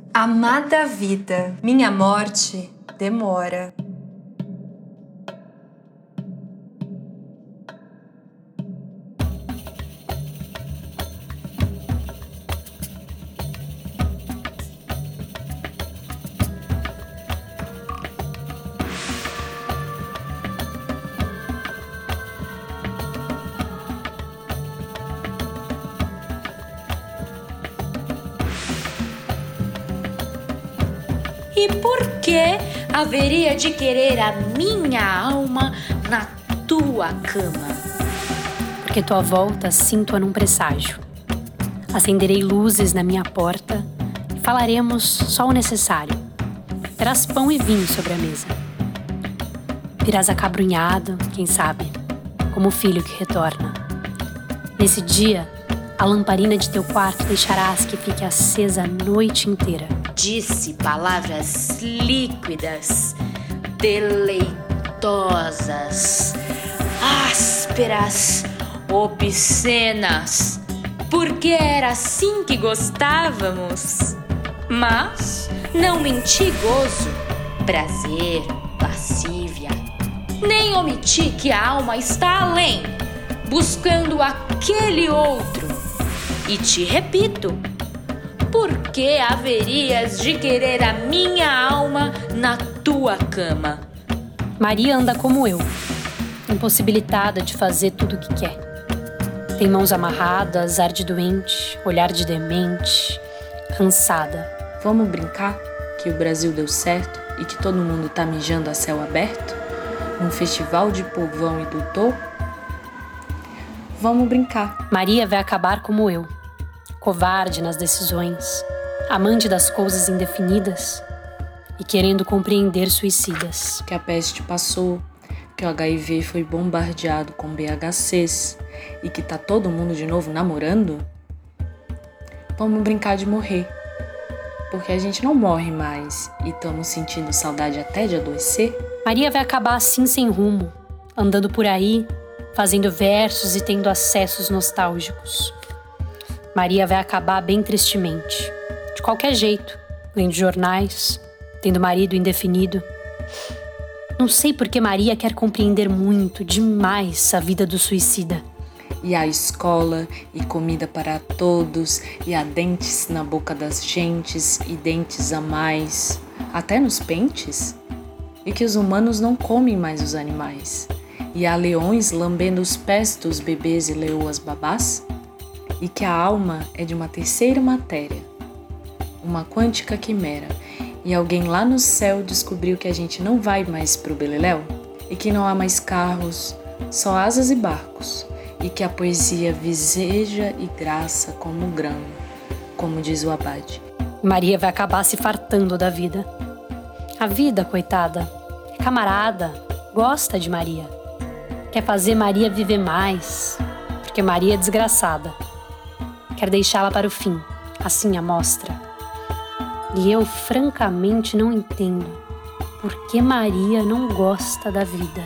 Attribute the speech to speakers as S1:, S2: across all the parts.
S1: Amada vida, minha morte demora.
S2: E por que haveria de querer a minha alma na tua cama?
S3: Porque tua volta sinto-a num presságio. Acenderei luzes na minha porta e falaremos só o necessário. Terás pão e vinho sobre a mesa. Virás acabrunhado, quem sabe, como o filho que retorna. Nesse dia, a lamparina de teu quarto deixarás que fique acesa a noite inteira.
S2: Disse palavras líquidas, deleitosas, ásperas, obscenas, porque era assim que gostávamos. Mas não menti gozo, prazer, lascívia, nem omiti que a alma está além, buscando aquele outro. E te repito, por que haverias de querer a minha alma na tua cama?
S3: Maria anda como eu, impossibilitada de fazer tudo o que quer. Tem mãos amarradas, ar de doente, olhar de demente, cansada.
S4: Vamos brincar que o Brasil deu certo e que todo mundo tá mijando a céu aberto? Num festival de povão e doutor? Vamos brincar.
S3: Maria vai acabar como eu, covarde nas decisões, amante das coisas indefinidas e querendo compreender suicidas.
S4: Que a peste passou, que o HIV foi bombardeado com BHCs e que tá todo mundo de novo namorando? Vamos brincar de morrer, porque a gente não morre mais e estamos sentindo saudade até de adoecer?
S3: Maria vai acabar assim sem rumo, andando por aí, fazendo versos e tendo acessos nostálgicos. Maria vai acabar bem tristemente, de qualquer jeito, lendo jornais, tendo marido indefinido. Não sei por que Maria quer compreender muito, demais, a vida do suicida.
S4: E a escola, e comida para todos, e há dentes na boca das gentes, e dentes a mais, até nos pentes. E que os humanos não comem mais os animais. E há leões lambendo os pés dos bebês e leoas babás. E que a alma é de uma terceira matéria, uma quântica quimera, e alguém lá no céu descobriu que a gente não vai mais pro beleléu, e que não há mais carros, só asas e barcos, e que a poesia viseja e graça como um grão, como diz o Abade.
S3: Maria vai acabar se fartando da vida. A vida, coitada, é camarada, gosta de Maria. Quer fazer Maria viver mais, porque Maria é desgraçada. Quer deixá-la para o fim, assim a mostra. E eu, francamente, não entendo por que Maria não gosta da vida.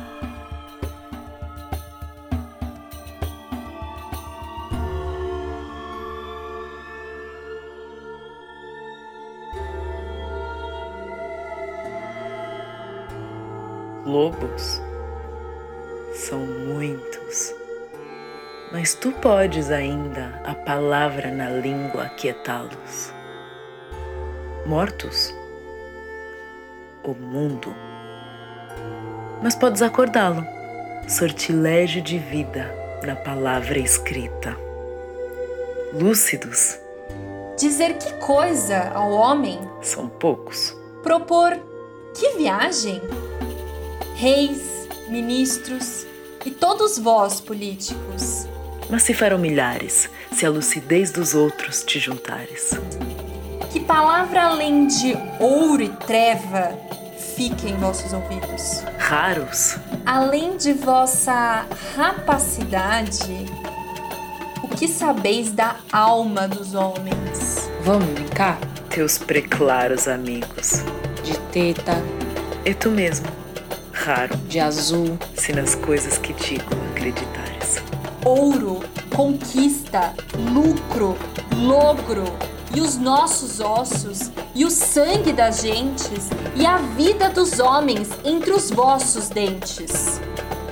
S5: Lobos são muitos. Mas tu podes ainda a palavra na língua aquietá-los. Mortos, o mundo. Mas podes acordá-lo, sortilégio de vida na palavra escrita. Lúcidos.
S1: Dizer que coisa ao homem?
S5: São poucos.
S1: Propor que viagem? Reis, ministros e todos vós, políticos.
S5: Mas se farão milhares, se a lucidez dos outros te juntares.
S1: Que palavra além de ouro e treva fique em vossos ouvidos.
S5: Raros.
S1: Além de vossa rapacidade, o que sabeis da alma dos homens?
S4: Vamos brincar?
S5: Teus preclaros amigos.
S4: De teta,
S5: E tu mesmo, raro,
S4: de azul,
S5: se nas coisas que digo acreditares.
S1: Ouro, conquista, lucro, logro, e os nossos ossos, e o sangue das gentes, e a vida dos homens entre os vossos dentes.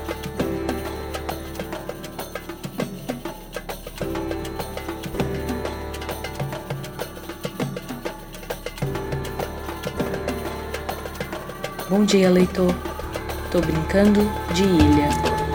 S4: Bom dia, leitor. Tô brincando de ilha.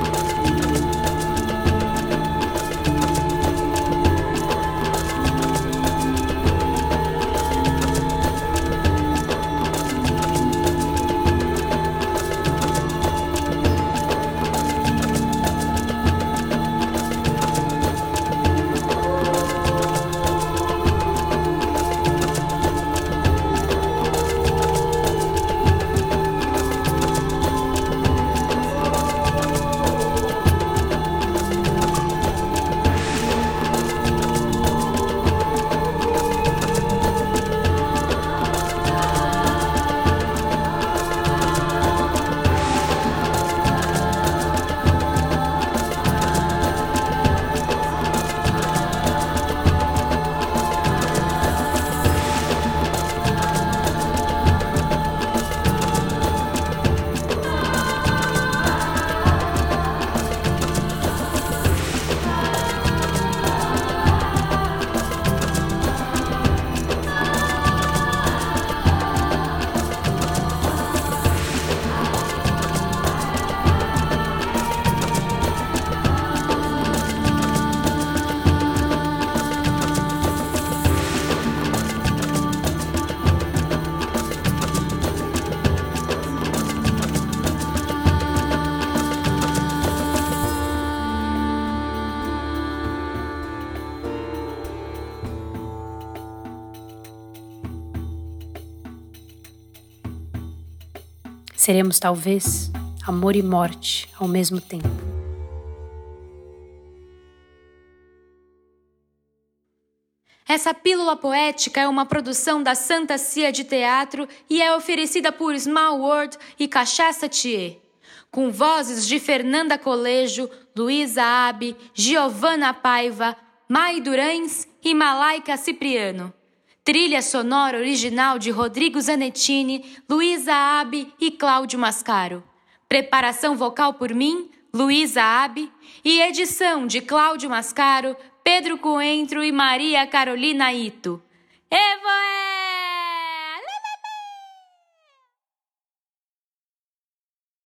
S3: Seremos talvez amor e morte ao mesmo tempo.
S2: Essa pílula poética é uma produção da Santa Cia de Teatro e é oferecida por Small World e Cachaça Thier, com vozes de Fernanda Colejo, Luísa Abbe, Giovana Paiva, Mai Durães e Malaika Cipriano. Trilha sonora original de Rodrigo Zanettini, Luísa Abbe e Cláudio Mascaro. Preparação vocal por mim, Luísa Abbe, e edição de Cláudio Mascaro, Pedro Coentro e Maria Carolina Ito. Evoé!